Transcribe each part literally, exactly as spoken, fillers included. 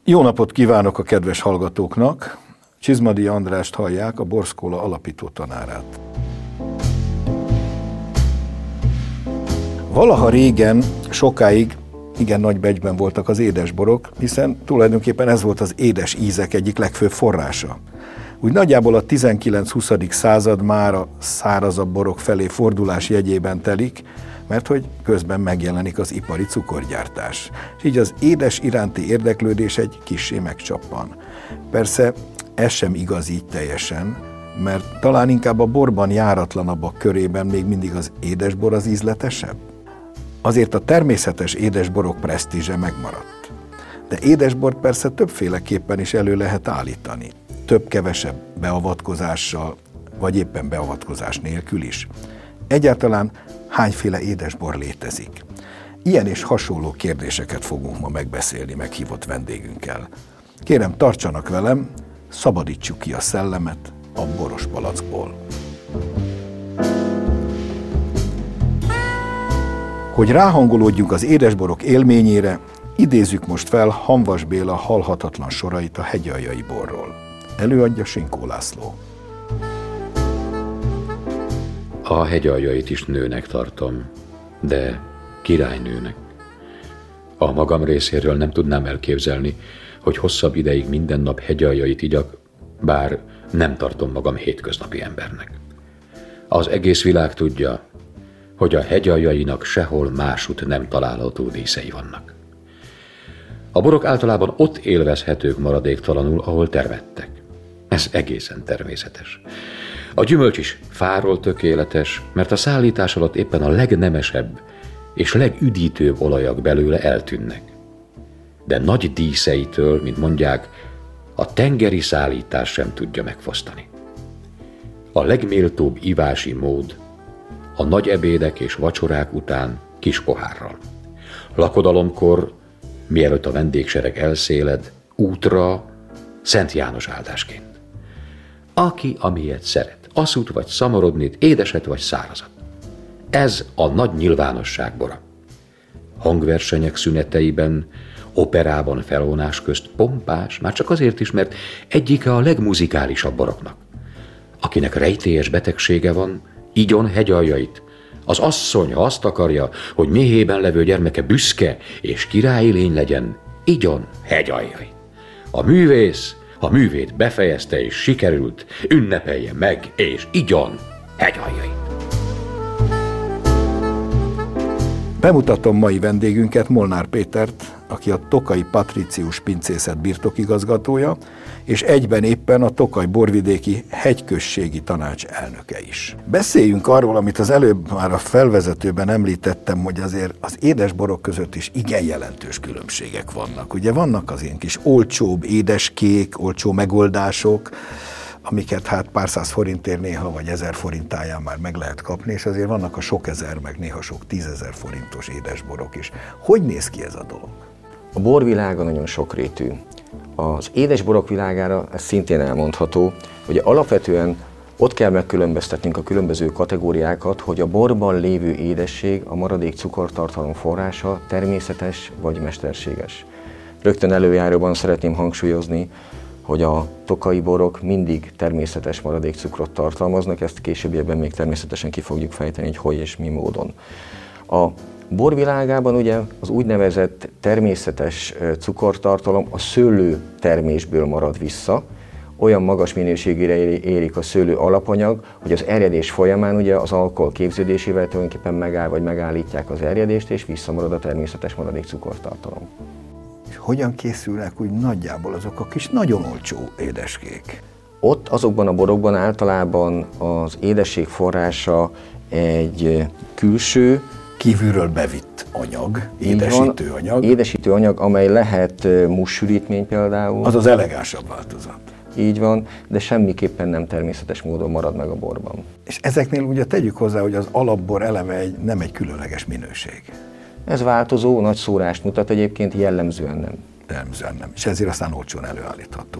Jó napot kívánok a kedves hallgatóknak! Csizmadia Andrást hallják, a Borszkola alapító tanárát. Valaha régen, sokáig igen nagy becsben voltak az édesborok, hiszen tulajdonképpen ez volt az édes ízek egyik legfőbb forrása. Úgy nagyjából a tizenkilenc-huszadik század már a szárazabb borok felé fordulás jegyében telik, mert hogy közben megjelenik az ipari cukorgyártás. És így az édes iránti érdeklődés egy kissé megcsappan. Persze ez sem igaz így teljesen, mert talán inkább a borban járatlanabbak körében még mindig az édesbor az ízletesebb. Azért a természetes édesborok presztízse megmaradt. De édesbort persze többféleképpen is elő lehet állítani. Több-kevesebb beavatkozással, vagy éppen beavatkozás nélkül is. Egyáltalán hányféle édesbor létezik? Ilyen és hasonló kérdéseket fogunk ma megbeszélni meghívott vendégünkkel. Kérem, tartsanak velem, szabadítsuk ki a szellemet a boros palackból. Hogy ráhangolódjunk az édesborok élményére, idézzük most fel Hamvas Béla halhatatlan sorait a hegyaljai borról. Előadja Sinkó László. A hegyaljait is nőnek tartom, de királynőnek. A magam részéről nem tudnám elképzelni, hogy hosszabb ideig minden nap hegyaljait igyak, bár nem tartom magam hétköznapi embernek. Az egész világ tudja, hogy a hegyaljainak sehol másút nem található díszei vannak. A borok általában ott élvezhetők maradéktalanul, ahol termettek. Ez egészen természetes. A gyümölcs is fáról tökéletes, mert a szállítás alatt éppen a legnemesebb és legüdítőbb olajak belőle eltűnnek. De nagy díszeitől, mint mondják, a tengeri szállítás sem tudja megfosztani. A legméltóbb ivási mód a nagy ebédek és vacsorák után kis pohárral. Lakodalomkor, mielőtt a vendégsereg elszéled, útra Szent János áldásként. Aki amilyet szeret, asszút vagy szamorodnit, édeset vagy szárazat. Ez a nagy nyilvánosság bora. Hangversenyek szüneteiben, operában felvonás közt pompás, már csak azért is, mert egyike a legmuzikálisabb boroknak. Akinek rejtélyes betegsége van, igyon hegyaljait. Az asszony, ha azt akarja, hogy méhében levő gyermeke büszke és királyi lény legyen, igyon hegyaljait. A művész, ha művét befejezte és sikerült, ünnepelje meg és igyon hegyaljait. Bemutatom mai vendégünket, Molnár Pétert, aki a Tokaji Patricius Pincészet birtokigazgatója, és egyben éppen a Tokaj borvidéki hegyközségi tanács elnöke is. Beszéljünk arról, amit az előbb már a felvezetőben említettem, hogy azért az édesborok között is igen jelentős különbségek vannak. Ugye vannak az ilyen kis olcsóbb édeskék, olcsó megoldások, amiket hát pár száz forintért néha, vagy ezer forintáján már meg lehet kapni, és azért vannak a sok ezer, meg néha sok tízezer forintos édesborok is. Hogy néz ki ez a dolog? A borvilága nagyon sokrétű. Az édesborok világára ez szintén elmondható, hogy alapvetően ott kell megkülönböztetnünk a különböző kategóriákat, hogy a borban lévő édesség, a maradék cukortartalom forrása természetes vagy mesterséges. Rögtön előjáróban szeretném hangsúlyozni, hogy a tokaji borok mindig természetes maradékcukrot tartalmaznak, ezt későbbiekben még természetesen ki fogjuk fejteni, hogy hogy és mi módon. A borvilágában ugye az úgynevezett természetes cukortartalom a szőlő termésből marad vissza, olyan magas minőségére érik a szőlő alapanyag, hogy az erjedés folyamán ugye az alkohol képződésével tulajdonképpen megáll vagy megállítják az erjedést, és visszamarad a természetes maradék cukortartalom. Hogyan készülnek úgy nagyjából azok a kis nagyon olcsó édeskék? Ott azokban a borokban általában az édesség forrása egy külső, kívülről bevitt anyag, édesítő anyag. Édesítő anyag, amely lehet mussürítmény például. Az az elegánsabb változat. Így van, de semmiképpen nem természetes módon marad meg a borban. És ezeknél ugye tegyük hozzá, hogy az alapbor eleve egy, nem egy különleges minőség. Ez változó, nagy szórást mutat, egyébként jellemzően nem. Jellemzően nem, és ezért aztán olcsón előállítható.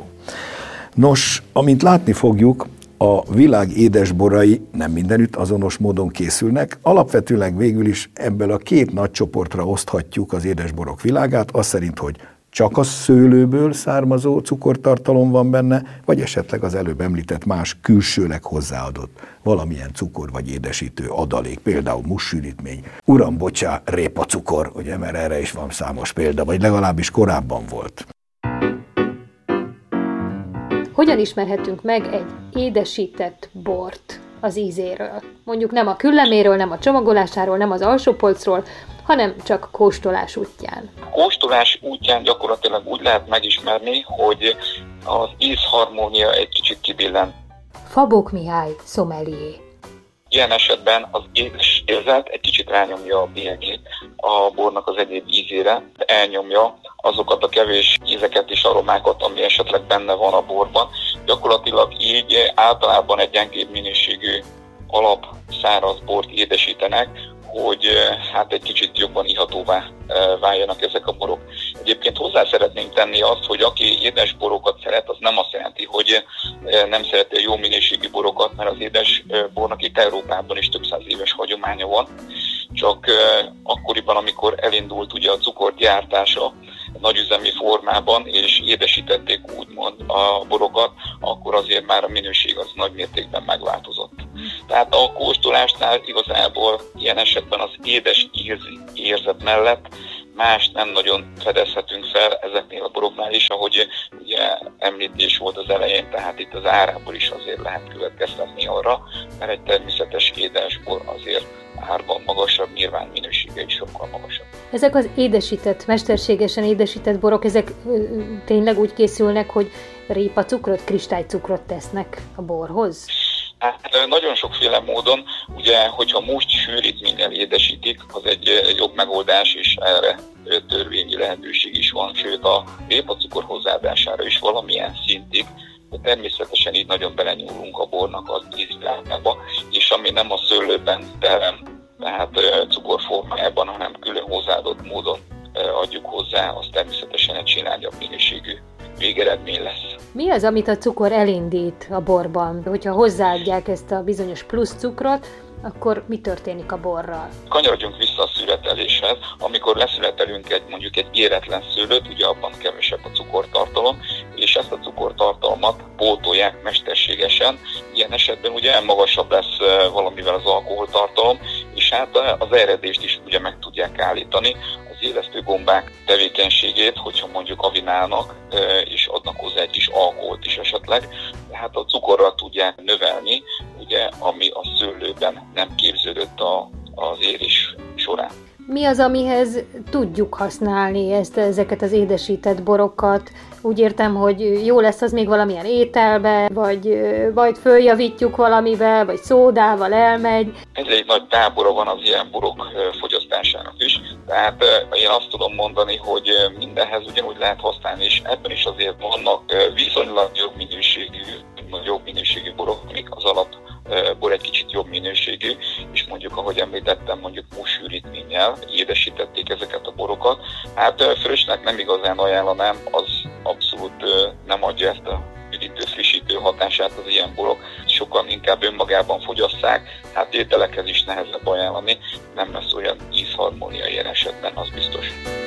Nos, amint látni fogjuk, a világ édesborai nem mindenütt azonos módon készülnek, alapvetőleg végül is ebből a két nagy csoportra oszthatjuk az édesborok világát, az szerint, hogy csak a szőlőből származó cukortartalom van benne, vagy esetleg az előbb említett más külsőleg hozzáadott valamilyen cukor vagy édesítő adalék, például mussűrítmény, uram, bocsá, répacukor, ugye, mert erre is van számos példa, vagy legalábbis korábban volt. Hogyan ismerhetünk meg egy édesített bort az ízéről? Mondjuk nem a külleméről, nem a csomagolásáról, nem az alsópolcról, hanem csak kóstolás útján. A kóstolás útján gyakorlatilag úgy lehet megismerni, hogy az ízharmónia egy kicsit kibillen. Fabók Mihály, sommelier. Ilyen esetben az édes érzet egy kicsit rányomja a bélyegét a bornak az egyéb ízére, de elnyomja azokat a kevés ízeket és aromákat, ami esetleg benne van a borban. Gyakorlatilag így általában egy gyengébb minőségű alap száraz bort édesítenek, hogy hát egy kicsit jobban ihatóvá váljanak ezek a borok. Egyébként hozzá szeretném tenni azt, hogy aki édes borokat szeret, az nem azt jelenti, hogy nem szereti a jó minőségű borokat, mert az édes bornak itt Európában is több száz éves hagyománya van. Csak akkoriban, amikor elindult ugye a cukor gyártása nagyüzemi formában, és édesítették úgymond a borokat, akkor azért már a minőség az nagy mértékben megváltozott. Tehát a kóstolásnál igazából ilyen esetben az édes érzet mellett más nem nagyon fedezhetünk fel ezeknél a boroknál is, ahogy ugye említés volt az elején, tehát itt az árából is azért lehet következtetni arra, mert egy természetes édesbor azért árban magasabb, nyilván minősége is sokkal magasabb. Ezek az édesített, mesterségesen édesített borok, ezek ö, tényleg úgy készülnek, hogy répacukrot, kristálycukrot tesznek a borhoz? Hát nagyon sokféle módon, ugye, hogyha most sűrítménnyel édesítik, az egy jobb megoldás, és erre törvényi lehetőség is van, sőt a répacukor hozzáadására is valamilyen szintig, de természetesen így nagyon belenyúlunk a bornak az ízvilágába, és ami nem a szőlőben terem, tehát cukorformájában, hanem külön hozzáadott módon adjuk hozzá, az természetesen egy csilányabb minőségű végeredmény lesz. Mi az, amit a cukor elindít a borban? Hogyha hozzáadják ezt a bizonyos plusz cukrot, akkor mi történik a borral? Kanyarodjunk vissza a születeléshez. Amikor leszületelünk egy, mondjuk egy éretlen szőlőt, ugye abban kevesebb a cukortartalom, és ezt a cukortartalmat pótolják mesterségesen. Ilyen esetben ugye magasabb lesz valamivel az alkoholtartalom, és hát az eredést is ugye meg tudják állítani. Az élesztőgombák tevékenységét, hogyha mondjuk avinálnak, és adnak hozzá egy kis alkoholt is esetleg, hát a cukorral tudják növelni, ugye, ami a szőlőben nem képződött a, az érés során. Mi az, amihez tudjuk használni ezt, ezeket az édesített borokat? Úgy értem, hogy jó lesz az még valamilyen ételbe, vagy majd följavítjuk valamivel, vagy szódával elmegy. Egyre egy nagy tábora van az ilyen borok fogyasztásának is, tehát én azt tudom mondani, hogy mindenhez ugyanúgy lehet használni, és ebben is azért vannak viszonylag jobb minőségű, jobb minőségű borok, amik az alap bor egy kicsit jobb minőségű, és mondjuk, ahogy említettem, mondjuk mussűrítménnyel édesítették ezeket a borokat. Hát frösnek nem igazán ajánlanám, az abszolút nem adja ezt a üdítő, frissítő hatását az ilyen borok. Sokkal inkább önmagában fogyasszák, hát ételekhez is nehezebb ajánlani, nem lesz olyan ízharmónia ilyen esetben, az biztos.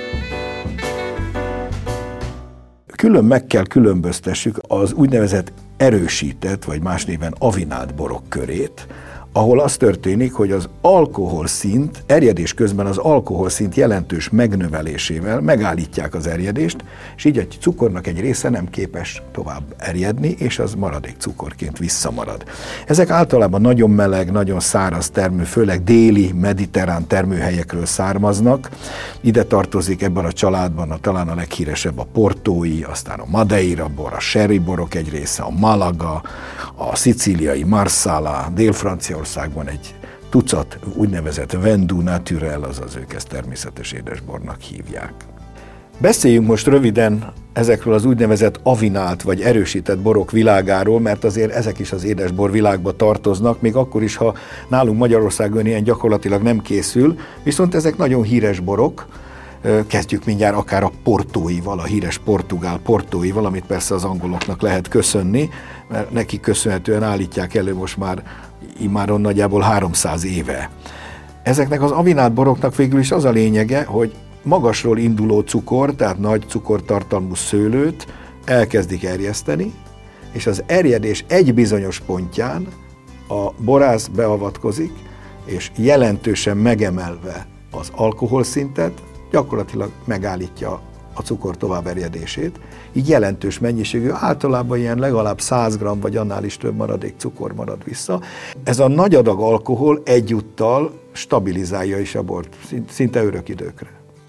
Külön meg kell különböztessük az úgynevezett erősített, vagy más néven avinált borok körét, ahol az történik, hogy az alkoholszint, erjedés közben az alkoholszint jelentős megnövelésével megállítják az erjedést, és így a cukornak egy része nem képes tovább erjedni, és az maradék cukorként visszamarad. Ezek általában nagyon meleg, nagyon száraz termő, főleg déli, mediterrán termőhelyekről származnak. Ide tartozik ebben a családban a, talán a leghíresebb a portói, aztán a Madeira bor, a sherry borok egy része, a Malaga, a szicíliai Marsala, Dél-Franciaországban egy tucat úgynevezett vin doux naturel, azaz ők ezt természetes édesbornak hívják. Beszéljünk most röviden ezekről az úgynevezett avinált vagy erősített borok világáról, mert azért ezek is az édesbor világba tartoznak, még akkor is, ha nálunk Magyarországon ilyen gyakorlatilag nem készül, viszont ezek nagyon híres borok. Kezdjük mindjárt akár a portóival, a híres portugál portóival, amit persze az angoloknak lehet köszönni, mert neki köszönhetően állítják elő most már immáron nagyjából háromszáz éve. Ezeknek az avinált boroknak végül is az a lényege, hogy magasról induló cukor, tehát nagy cukortartalmú szőlőt elkezdik erjeszteni, és az erjedés egy bizonyos pontján a borász beavatkozik, és jelentősen megemelve az alkoholszintet, gyakorlatilag megállítja a cukor továbberjedését, így jelentős mennyiségű, általában ilyen legalább száz gramm vagy annál is több maradék cukor marad vissza. Ez a nagy adag alkohol egyúttal stabilizálja is a bort, szinte örök időkre.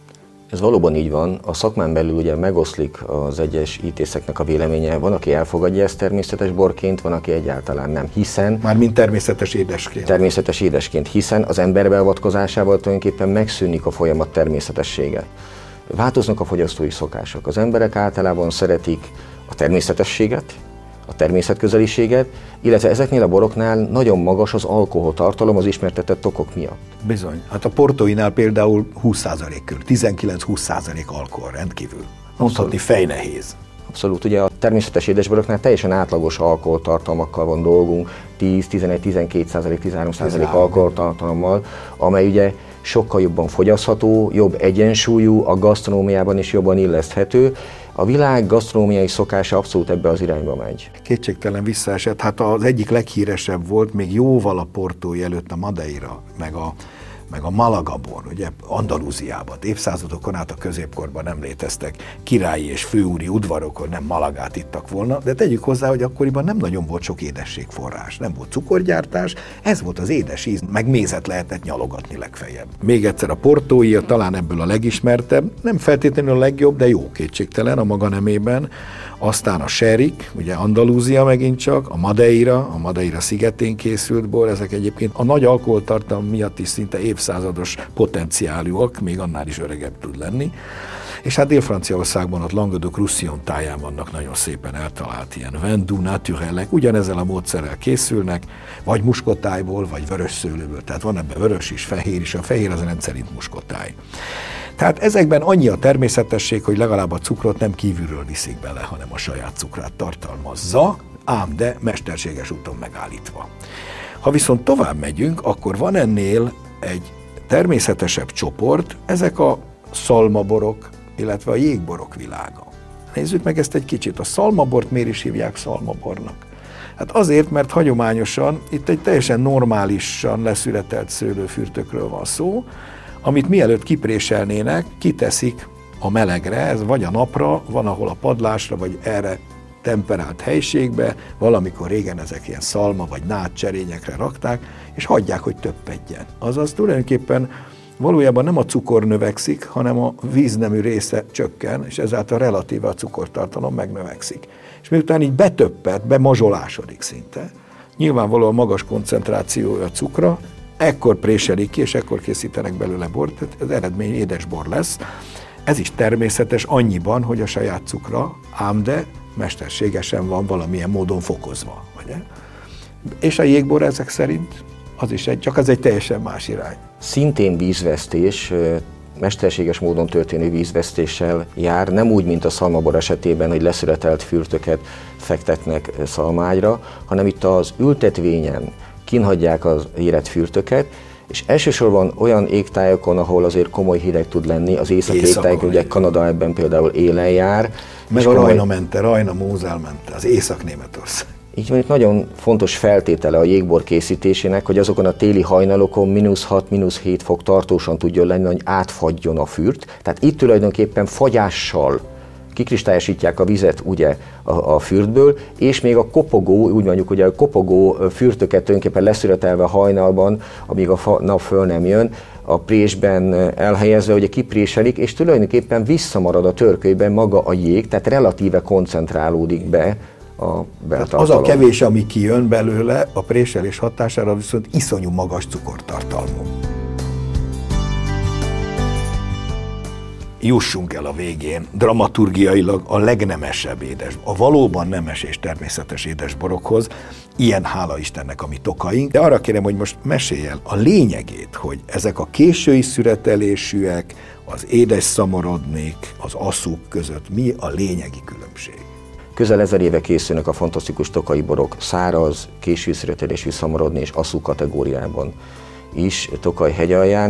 Ez valóban így van. A szakmán belül ugye megoszlik az egyes ítészeknek a véleménye. Van, aki elfogadja ezt természetes borként, van, aki egyáltalán nem, hiszen... Mármint természetes édesként. Természetes édesként, hiszen az ember beavatkozásával tulajdonképpen megszűnik a folyamat természetessége. Változnak a fogyasztói szokások. Az emberek általában szeretik a természetességet, a természetközeliséget, illetve ezeknél a boroknál nagyon magas az alkoholtartalom az ismertetett okok miatt. Bizony. Hát a Portóinál például húsz százalék körül, tizenkilenc-húsz százalék alkohol rendkívül. Mondhatni fejnehéz. Abszolút, ugye a természetes édesboroknál teljesen átlagos alkoholtartalmakkal van dolgunk, tíz, tizenegy, tizenkét százalék, tizenhárom százalék alkoholtartalommal, amely ugye sokkal jobban fogyasztható, jobb egyensúlyú, a gasztronómiában is jobban illeszthető. A világ gasztronómiai szokása abszolút ebbe az irányba megy. Kétségtelen visszaesett. Hát az egyik leghíresebb volt még jóval a Portói előtt a Madeira, meg a, meg a Malaga bor, ugye Andalúziában. Évszázadokon át a középkorban nem léteztek királyi és főúri udvarokon, nem Malagát ittak volna, de tegyük hozzá, hogy akkoriban nem nagyon volt sok édességforrás, nem volt cukorgyártás, ez volt az édes íz, meg mézet lehetett nyalogatni legfeljebb. Még egyszer a Portói, talán ebből a legismertebb, nem feltétlenül a legjobb, de jó, kétségtelen a maga nemében. Aztán a Sherryk, ugye Andalúzia megint csak, a Madeira, a Madeira szigetén készült bor, ezek egyébként a nagy alkoholtartalom miatt is szinte évszázados potenciálúak, még annál is öregebb tud lenni. És hát Dél-Franciaországban, ott Languedoc-Roussillon táján vannak nagyon szépen eltalált ilyen vin doux naturelek, ugyanezzel a módszerrel készülnek, vagy muskotájból, vagy vörös szőlőből, tehát van ebben vörös is, fehér is, a fehér az rendszerint muskotáj. Tehát ezekben annyi a természetesség, hogy legalább a cukrot nem kívülről viszik bele, hanem a saját cukrát tartalmazza, ám de mesterséges úton megállítva. Ha viszont tovább megyünk, akkor van ennél egy természetesebb csoport, ezek a szalmaborok, illetve a jégborok világa. Nézzük meg ezt egy kicsit. A szalmabort miért is hívják szalmabornak? Hát azért, mert hagyományosan itt egy teljesen normálisan leszületelt szőlőfürtökről van szó, amit mielőtt kipréselnének, kiteszik a melegre, ez vagy a napra, van ahol a padlásra, vagy erre temperált helységbe, valamikor régen ezek ilyen szalma vagy nátcserényekre rakták, és hagyják, hogy töppedjen. Azaz tulajdonképpen valójában nem a cukor növekszik, hanem a víznemű része csökken, és ezáltal relatíve a cukortartalom megnövekszik. És miután így betöpped, bemazsolásodik szinte, nyilvánvalóan magas koncentrációja a cukra, ekkor préselik ki, és ekkor készítenek belőle bort, tehát az eredmény édesbor lesz. Ez is természetes annyiban, hogy a saját cukra, ám de mesterségesen van valamilyen módon fokozva. Ugye? És a jégbor ezek szerint az is egy, csak az egy teljesen más irány. Szintén vízvesztés, mesterséges módon történő vízvesztéssel jár, nem úgy, mint a szalmabor esetében, hogy leszületelt fürtöket fektetnek szalmágyra, hanem itt az ültetvényen kínhagyják az érett fürtöket, és elsősorban olyan égtájakon, ahol azért komoly hideg tud lenni, az északi égtájak, ugye Kanada ebben például élen jár. Meg a Rajna mente, Rajna Mózel mente, az Észak-Németország. Így van, itt nagyon fontos feltétele a jégbor készítésének, hogy azokon a téli hajnalokon mínusz hat, mínusz hét fok tartósan tudjon lenni, hogy átfagyjon a fürt. Tehát itt tulajdonképpen fagyással kikristályosítják a vizet ugye a, a fürtből, és még a kopogó, úgy mondjuk ugye a kopogó fürtöket tulajdonképpen leszületelve hajnalban, amíg a fa, nap föl nem jön, a présben elhelyezve, ugye kipréselik, és tulajdonképpen visszamarad a törkölyben maga a jég, tehát relatíve koncentrálódik be a beltartalom. Az a kevés, ami kijön belőle, a préselés hatására viszont iszonyú magas cukortartalmú. Jussunk el a végén dramaturgiailag a legnemesebb édes, a valóban nemes és természetes édesborokhoz, ilyen hála Istennek a mi tokaink, de arra kérem, hogy most mesélj el a lényegét, hogy ezek a késői szüretelésűek, az édes szamorodnék, az asszuk között mi a lényegi különbség? Közel ezer éve készülnek a fantasztikus tokai borok száraz, késő szüretelésű szamorodni és asszuk kategóriában is Tokaj hegyalján.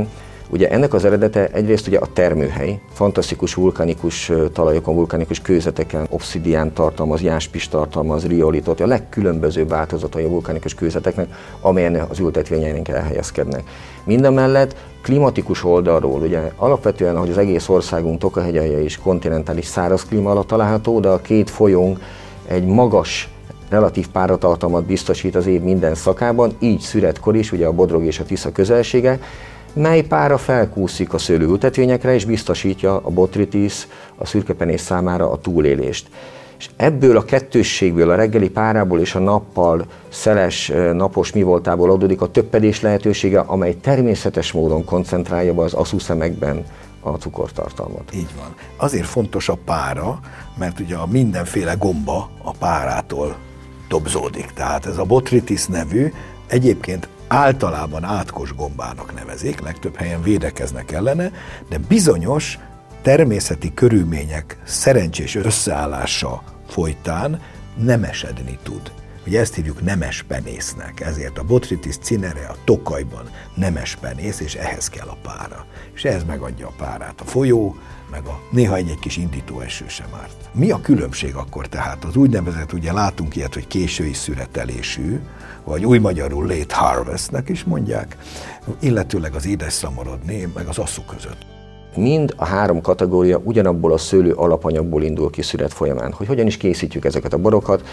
Ugye ennek az eredete egyrészt ugye a termőhely, fantasztikus vulkanikus talajokon, vulkanikus kőzeteken, obszidián tartalmaz, jáspis tartalmaz, riolitot, a legkülönbözőbb változatai a vulkanikus kőzeteknek, amelyen az ültetvényeinek elhelyezkednek. Mindemellett klimatikus oldalról, ugye alapvetően, ahogy az egész országunk Tokahegyalja is kontinentális száraz klíma alatt található, de a két folyónk egy magas relatív páratartalmat biztosít az év minden szakában, így szüretkor is, ugye a Bodrog és a Tisza közelsége, mely pára felkúszik a szőlőültetvényekre és biztosítja a botrytis, a szürkepenész számára a túlélést. És ebből a kettősségből, a reggeli párából és a nappal szeles napos mivoltából adódik a töppedés lehetősége, amely természetes módon koncentrálja be az aszúszemekben a cukortartalmat. Így van. Azért fontos a pára, mert ugye a mindenféle gomba a párától dobzódik. Tehát ez a botrytis nevű, egyébként általában átkos gombának nevezik, legtöbb helyen védekeznek ellene, de bizonyos természeti körülmények szerencsés összeállása folytán nemesedni tud. Ugye ezt hívjuk nemes penésznek, ezért a botrytis cinere a Tokajban nemes penész, és ehhez kell a pára. És ehhez megadja a párát a folyó, meg a néha egy-egy kis indító eső sem árt. Mi a különbség akkor tehát? Az úgynevezett, ugye látunk ilyet, hogy késői szüretelésű, vagy új magyarul late harvestnek is mondják, illetőleg az édes szamorodni, meg az asszú között. Mind a három kategória ugyanabból a szőlő alapanyagból indul ki szüret folyamán. Hogy hogyan is készítjük ezeket a borokat?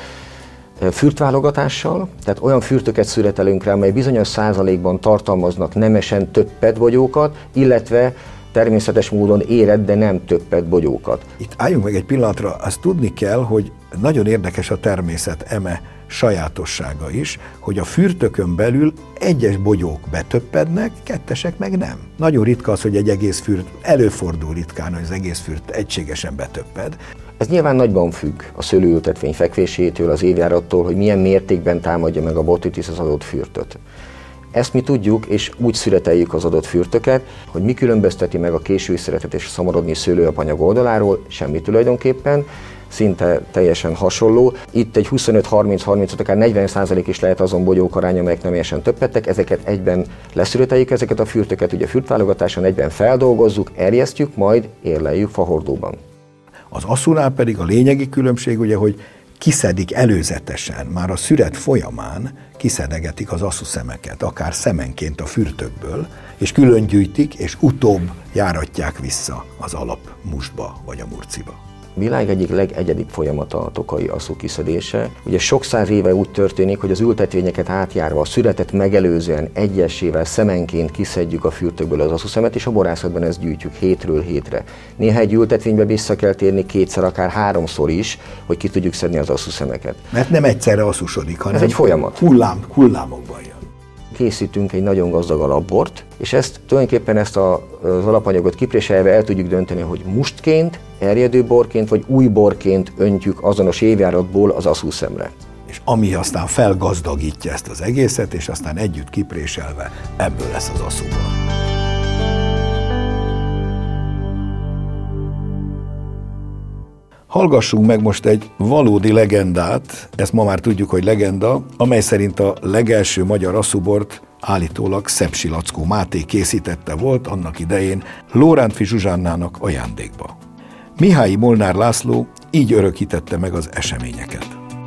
Fürtválogatással, tehát olyan fürtöket szüretelünk rá, amely bizonyos százalékban tartalmaznak nemesen többet bogyókat, illetve természetes módon érett, de nem többet bogyókat. Itt álljunk meg egy pillanatra, azt tudni kell, hogy nagyon érdekes a természet eme sajátossága is, hogy a fürtökön belül egyes bogyók betöppednek, kettesek meg nem. Nagyon ritka az, hogy egy egész fürt, előfordul ritkán, hogy az egész fürt egységesen betöpped. Ez nyilván nagyban függ a szőlőültetvény fekvésétől, az évjárattól, hogy milyen mértékben támadja meg a botrytis az adott fürtöt. Ezt mi tudjuk, és úgy szüreteljük az adott fürtöket, hogy mi különbözteti meg a késői szüretet és a szamorodni szőlőapanyag oldaláról, semmi tulajdonképpen, szinte teljesen hasonló. Itt egy huszonöt harminc harmincöt, akár negyven százalék is lehet azon bogyók aránya, amelyek nemesen többettek, ezeket egyben leszüreteljük ezeket a fürtöket, ugye a fürtválogatáson egyben feldolgozzuk, erjesztjük, majd érleljük fahordóban. Az asszúnál pedig a lényegi különbség, ugye, hogy kiszedik előzetesen, már a szüret folyamán kiszedegetik az asszúszemeket, akár szemenként a fürtökből, és külön gyűjtik, és utóbb járatják vissza az alapmustba vagy a murciba. A világ egyik legegyedibb folyamata a tokai asszú kiszedése. Ugye sok száz éve úgy történik, hogy az ültetvényeket átjárva, a szüretet megelőzően egyesével szemenként kiszedjük a fürtökből az asszúszemet, és a borászatban ezt gyűjtjük hétről hétre. Néha egy ültetvénybe vissza kell térni kétszer, akár háromszor is, hogy ki tudjuk szedni az asszúszemeket. Mert nem egyszerre asszusodik, hanem ez egy folyamat. Hullám, hullámokban jön. Készítünk egy nagyon gazdag alapbort, és ezt tulajdonképpen ezt a, az alapanyagot kipréselve el tudjuk dönteni, hogy mustként, erjedő borként vagy új borként öntjük azonos évjáratból az asszúszemre. És ami aztán felgazdagítja ezt az egészet, és aztán együtt kipréselve ebből lesz az asszúbor. Hallgassunk meg most egy valódi legendát, ezt ma már tudjuk, hogy legenda, amely szerint a legelső magyar asszúbort állítólag Szepsi Lackó Máté készítette volt annak idején Lórántfi Zsuzsannának ajándékba. Mihályi Molnár László így örökítette meg az eseményeket.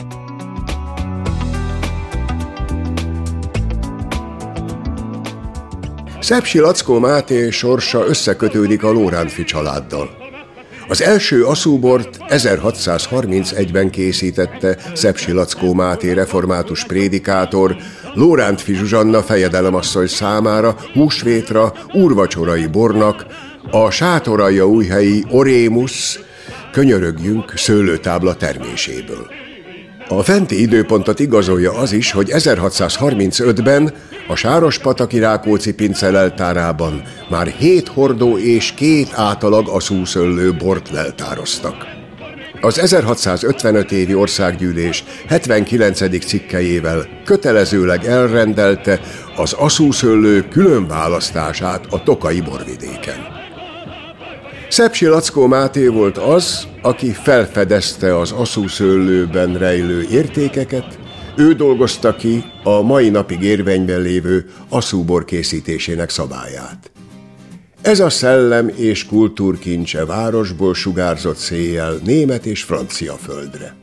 Szepsi Lackó Máté sorsa összekötődik a Lórántfi családdal. Az első asszúbort ezerhatszázharmincegyben készítette Szepsi Lackó Máté református prédikátor Lórántfi Zsuzsanna fejedelemasszony számára húsvétra úrvacsorai bornak a sátoraljaújhelyi Orémus könyörögjünk szőlőtábla terméséből. A fenti időpontot igazolja az is, hogy ezerhatszázharmincötben a Sárospataki Rákóczi pince leltárában már hét hordó és két átalag asszúszőlő bort leltároztak. Az ezerhatszázötvenöt évi országgyűlés hetvenkilencedik cikkelyével kötelezőleg elrendelte az asszúszőlő különválasztását a tokai borvidéken. Szepsi Lackó Máté volt az, aki felfedezte az asszúszőlőben rejlő értékeket, ő dolgozta ki a mai napig érvényben lévő asszúbor készítésének szabályát. Ez a szellem és kultúrkincse városból sugárzott széjjel német és francia földre.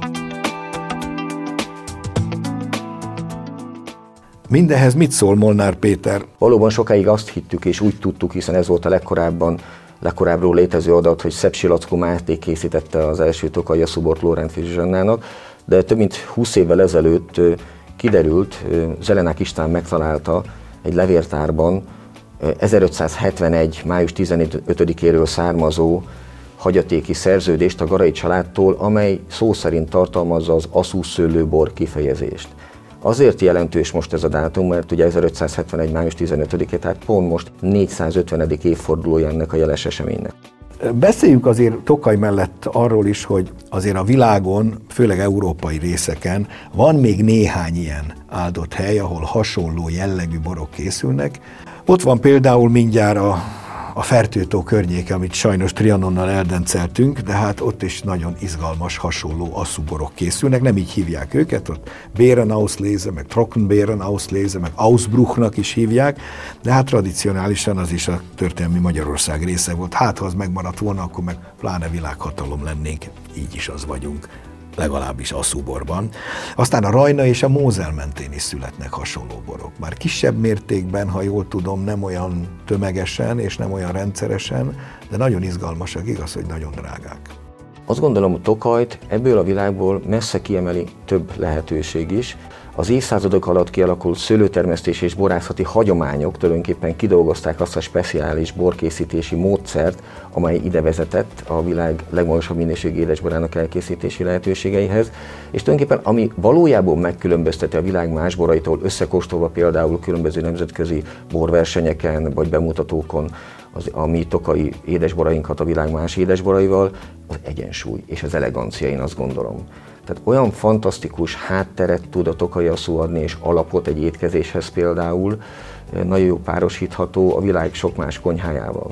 Mindehez mit szól Molnár Péter? Valóban sokáig azt hittük és úgy tudtuk, hiszen ez volt a legkorábban, legkorábbról létező adat, hogy Szepsi Lackó Máté készítette az első tokai asszúbort Lóránt Zsannának, de több mint húsz évvel ezelőtt kiderült, Zelenák István megtalálta egy levéltárban ezerötszázhetvenegy. május tizenötödikéről származó hagyatéki szerződést a Garai családtól, amely szó szerint tartalmazza az asszúszőlőbor kifejezést. Azért jelentős most ez a dátum, mert ugye ezerötszázhetvenegy. május tizenötödike, tehát pont most négyszázötvenedik évfordulója ennek a jeles eseménynek. Beszéljünk azért Tokaj mellett arról is, hogy azért a világon, főleg európai részeken van még néhány ilyen áldott hely, ahol hasonló jellegű borok készülnek. Ott van például mindjárt a, a Fertőtó környéke, amit sajnos Trianonnal eldenceltünk, de hát ott is nagyon izgalmas, hasonló asszúborok készülnek, nem így hívják őket, ott Beerenauslese, meg Trockenbeerenauslese, meg Ausbruchnak is hívják, de hát tradicionálisan az is a történelmi Magyarország része volt. Hát, ha az megmaradt volna, akkor meg pláne világhatalom lennénk, így is az vagyunk, legalábbis asszúborban. Aztán a Rajna és a Mózel mentén is születnek hasonló borok. Már kisebb mértékben, ha jól tudom, nem olyan tömegesen és nem olyan rendszeresen, de nagyon izgalmasak, igaz, hogy nagyon drágák. Azt gondolom, hogy Tokajt ebből a világból messze kiemeli több lehetőség is. Az évszázadok alatt kialakult szőlőtermesztés és borászati hagyományok tulajdonképpen kidolgozták azt a speciális borkészítési módszert, amely ide vezetett a világ legmagasabb minőségű édesborának elkészítési lehetőségeihez, és tulajdonképpen ami valójában megkülönbözteti a világ más boraitól, összekóstolva például különböző nemzetközi borversenyeken vagy bemutatókon az, a mi tokai édesborainkat a világ más édesboraival, az egyensúly és az elegancia, én azt gondolom. Tehát olyan fantasztikus hátteret tud a tokai asszú adni, és alapot egy étkezéshez például, nagyon jó párosítható a világ sok más konyhájával.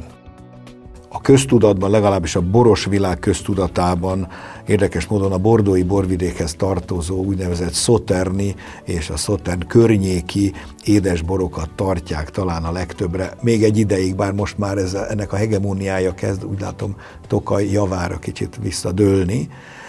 A köztudatban, legalábbis a boros világ köztudatában érdekes módon a bordói borvidékhez tartozó úgynevezett szauterni és a Sautern környéki édesborokat tartják talán a legtöbbre. Még egy ideig, bár most már ez, ennek a hegemóniája kezd, úgy látom, Tokaj javára kicsit visszadőlni.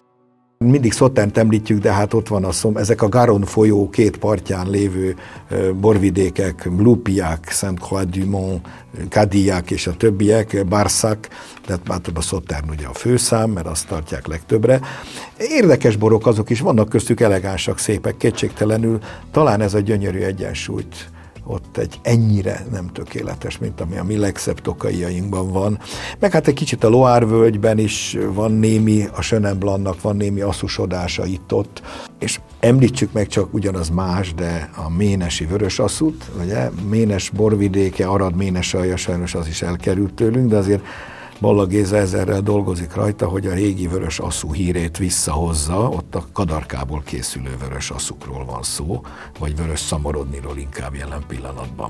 Mindig Sauternt említjük, de hát ott van a szom, ezek a Garonne folyó két partján lévő borvidékek, Blupiac, Sainte-Croix-du-Mont, Cadillac és a többiek, Barsac, tehát már a Sautern ugye a főszám, mert azt tartják legtöbbre. Érdekes borok azok is, vannak köztük elegánsak, szépek, kétségtelenül, talán ez a gyönyörű egyensúlyt ott egy ennyire nem tökéletes, mint ami a mi legszebb tokaiainkban van. Meg hát egy kicsit a Loire völgyben is van némi, a Chenin Blancnak van némi asszusodása itt-ott, és említsük meg csak ugyanaz más, de a ménesi vörösasszút, ugye, Ménes borvidéke, Arad Ménesalja, sajnos az is elkerült tőlünk, de azért Balla Géza ezerrel dolgozik rajta, hogy a régi vörös asszú hírét visszahozza, ott a kadarkából készülő vörös asszukról van szó, vagy vörös szamorodniról inkább jelen pillanatban.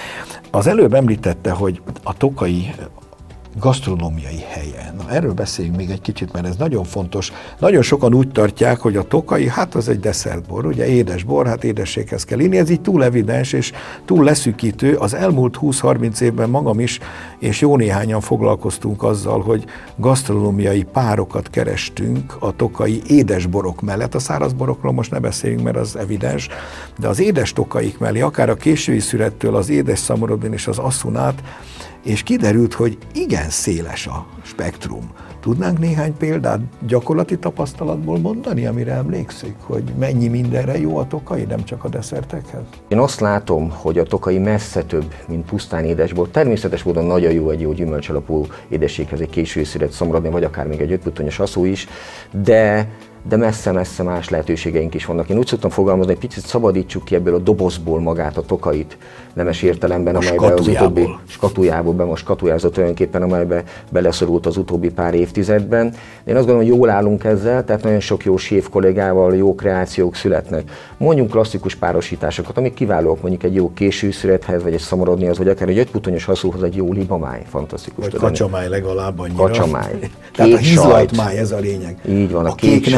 Az előbb említette, hogy a tokai gasztronómiai helye. Na, erről beszéljünk még egy kicsit, mert ez nagyon fontos. Nagyon sokan úgy tartják, hogy a tokai, hát az egy desszertbor, ugye édesbor, hát édességhez kell inni, ez így túl evidens és túl leszűkítő. Az elmúlt húsz-harminc évben magam is, és jó néhányan foglalkoztunk azzal, hogy gasztronómiai párokat kerestünk a tokai édesborok mellett. A szárazborokról most ne beszéljünk, mert az evidens, de az édes tokaik mellé, akár a késői szürettől az édes szamorodin és az asszun át, és kiderült, hogy igen széles a spektrum. Tudnánk néhány példát gyakorlati tapasztalatból mondani, amire emlékszik, hogy mennyi mindenre jó a tokai, nem csak a desszertekhez? Én azt látom, hogy a tokai messze több, mint pusztán édesbor. Természetes módon nagyon jó egy jó gyümölcsalapú édességhez, egy késő szüret szamorodni, vagy akár még egy ötputtonyos asszú is, de de messze-messze más lehetőségeink is vannak. Én úgy szoktam fogalmazni, hogy picit szabadítsuk ki ebből a dobozból magát a tokait, nemes értelemben, a amelyben az utóbbi skatujából, be most skatujázott tulajdonképpen, amelybe beleszorult az utóbbi pár évtizedben. Én azt gondolom, hogy jól állunk ezzel, tehát nagyon sok jó séf kollégával jó kreációk születnek. Mondjunk klasszikus párosításokat, amik kiválóak mondjuk egy jó későszürethez, vagy egy szamorodnihoz, vagy akár egy ötputtonyos haszúhoz egy jó libamáj, fantasztikus. Vagy kacsamáj legalább annyira. Kacsamáj. Tehát a hízlalt máj, ez a lényeg. Így van, a, a kék, kék nem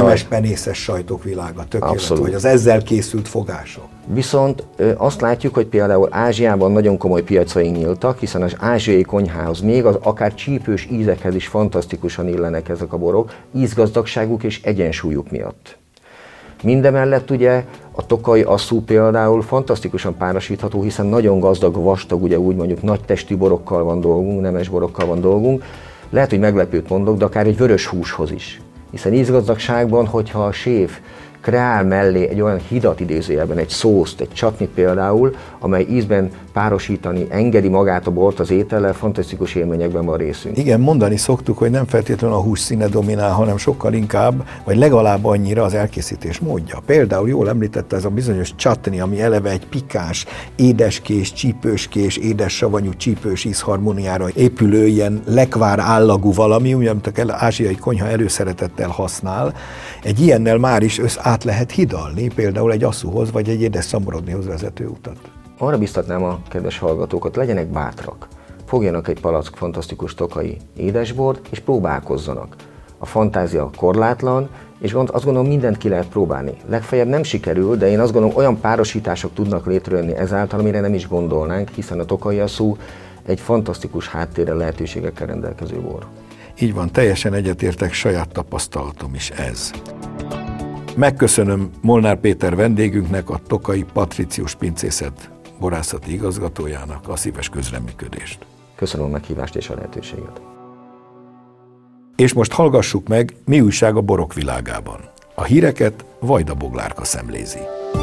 nemes penészes sajtok világa, tökéletes, Abszolút. vagy az ezzel készült fogások. Viszont ö, azt látjuk, hogy például Ázsiában nagyon komoly piacaink nyíltak, hiszen az ázsiai konyhához, még az akár csípős ízekhez is fantasztikusan illenek ezek a borok, ízgazdagságuk és egyensúlyuk miatt. Mindemellett ugye a tokai asszú például fantasztikusan párosítható, hiszen nagyon gazdag, vastag, ugye úgy mondjuk nagy testű borokkal van dolgunk, nemes borokkal van dolgunk. Lehet, hogy meglepőt mondok, de akár egy vörös húshoz is. Hiszen ízgazdagságban, hogyha a séf kreál mellé egy olyan hidat idézőjelben, egy szószt, egy csatnit például, amely ízben párosítani engedi magát a bort az étellel, fantasztikus élményekben van részünk. Igen, mondani szoktuk, hogy nem feltétlenül a hús színe dominál, hanem sokkal inkább, vagy legalább annyira az elkészítés módja. Például jól említette ez a bizonyos csatni, ami eleve egy pikáns, édeskés, csípőskés, édessavanyú, csípős ízharmóniára épülő ilyen lekvár állagú valami, ugye, amit az ázsiai konyha előszeretettel használ. Egy ilyennel már is össz át lehet hidalni, például egy asszúhoz, vagy egy édes szamorodnihoz vezető utat. Arra biztatnám a kedves hallgatókat, legyenek bátrak. Fogjanak egy palack fantasztikus tokai édesbort, és próbálkozzanak. A fantázia korlátlan, és azt gondolom, mindent ki lehet próbálni. Legfeljebb nem sikerül, de én azt gondolom, olyan párosítások tudnak létrejönni ezáltal, amire nem is gondolnánk, hiszen a tokai asszú egy fantasztikus háttérrel, lehetőségekkel rendelkező bor. Így van, teljesen egyetértek, saját tapasztalatom is ez. Megköszönöm Molnár Péter vendégünknek, a Tokai Patricius Pincészet borászati igazgatójának a szíves közreműködést. Köszönöm a meghívást és a lehetőséget. És most hallgassuk meg, mi újság a borok világában. A híreket Vajda Boglárka szemlézi.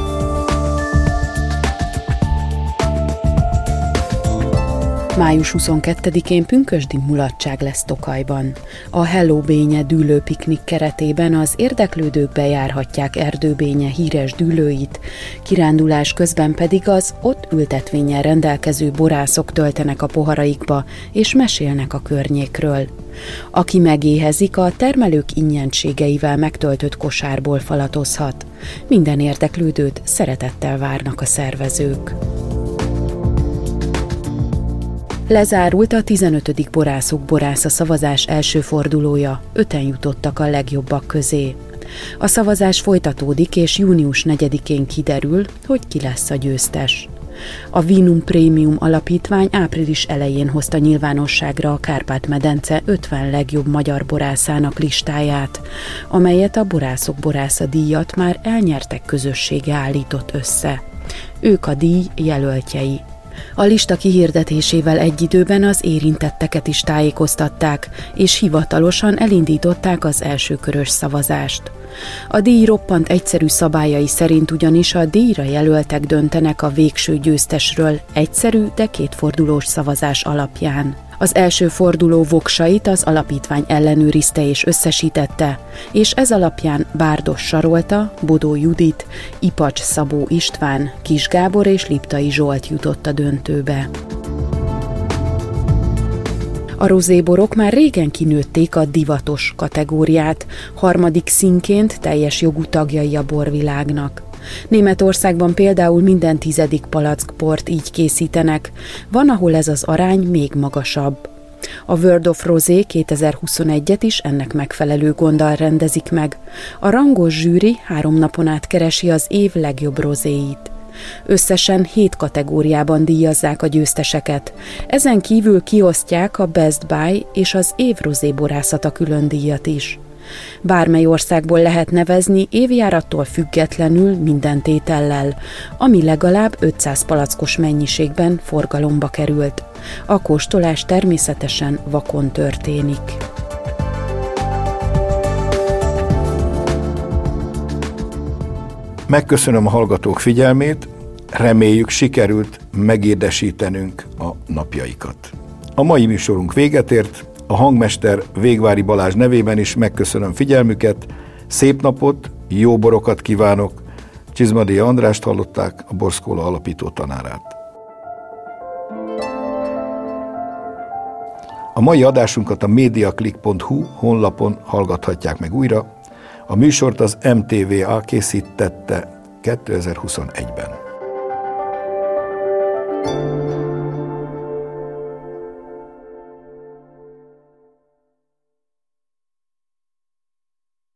május huszonkettedikén pünkösdi mulatság lesz Tokajban. A Hello Bénye dűlőpiknik keretében az érdeklődők bejárhatják Erdőbénye híres dűlőit, kirándulás közben pedig az ott ültetvényen rendelkező borászok töltenek a poharaikba és mesélnek a környékről. Aki megéhezik, a termelők ingyenségeivel megtöltött kosárból falatozhat. Minden érdeklődőt szeretettel várnak a szervezők. Lezárult a tizenötödik Borászok Borásza szavazás első fordulója, öten jutottak a legjobbak közé. A szavazás folytatódik, és június negyedikén kiderül, hogy ki lesz a győztes. A Vinum Premium alapítvány április elején hozta nyilvánosságra a Kárpát-medence ötven legjobb magyar borászának listáját, amelyet a Borászok Borásza díjat már elnyertek közössége állított össze. Ők a díj jelöltjei. A lista kihirdetésével egy időben az érintetteket is tájékoztatták, és hivatalosan elindították az elsőkörös szavazást. A díj roppant egyszerű szabályai szerint ugyanis a díjra jelöltek döntenek a végső győztesről egyszerű, de kétfordulós szavazás alapján. Az első forduló voksait az alapítvány ellenőrizte és összesítette, és ez alapján Bárdos Sarolta, Bodó Judit, Ipacs Szabó István, Kis Gábor és Liptai Zsolt jutott a döntőbe. A rozéborok már régen kinőtték a divatos kategóriát, harmadik színként teljes jogú tagjai a borvilágnak. Németországban például minden tizedik palackbort így készítenek, van, ahol ez az arány még magasabb. A World of Rosé kétezer-huszonegyet is ennek megfelelő gonddal rendezik meg. A rangos zsűri három napon át keresi az év legjobb rozéit. Összesen hét kategóriában díjazzák a győzteseket. Ezen kívül kiosztják a Best Buy és az év rozéborászata külön díjat is. Bármely országból lehet nevezni évjárattól függetlenül minden tétellel, ami legalább ötszáz palackos mennyiségben forgalomba került. A kóstolás természetesen vakon történik. Megköszönöm a hallgatók figyelmét, reméljük sikerült megédesítenünk a napjaikat. A mai műsorunk véget ért, a hangmester Végvári Balázs nevében is megköszönöm figyelmüket, szép napot, jó borokat kívánok, Csizmadia Andrást hallották, a Borszkola alapító tanárát. A mai adásunkat a mediaclick pont hu honlapon hallgathatják meg újra. A műsort az em té vé á készítette kétezer-huszonegyben.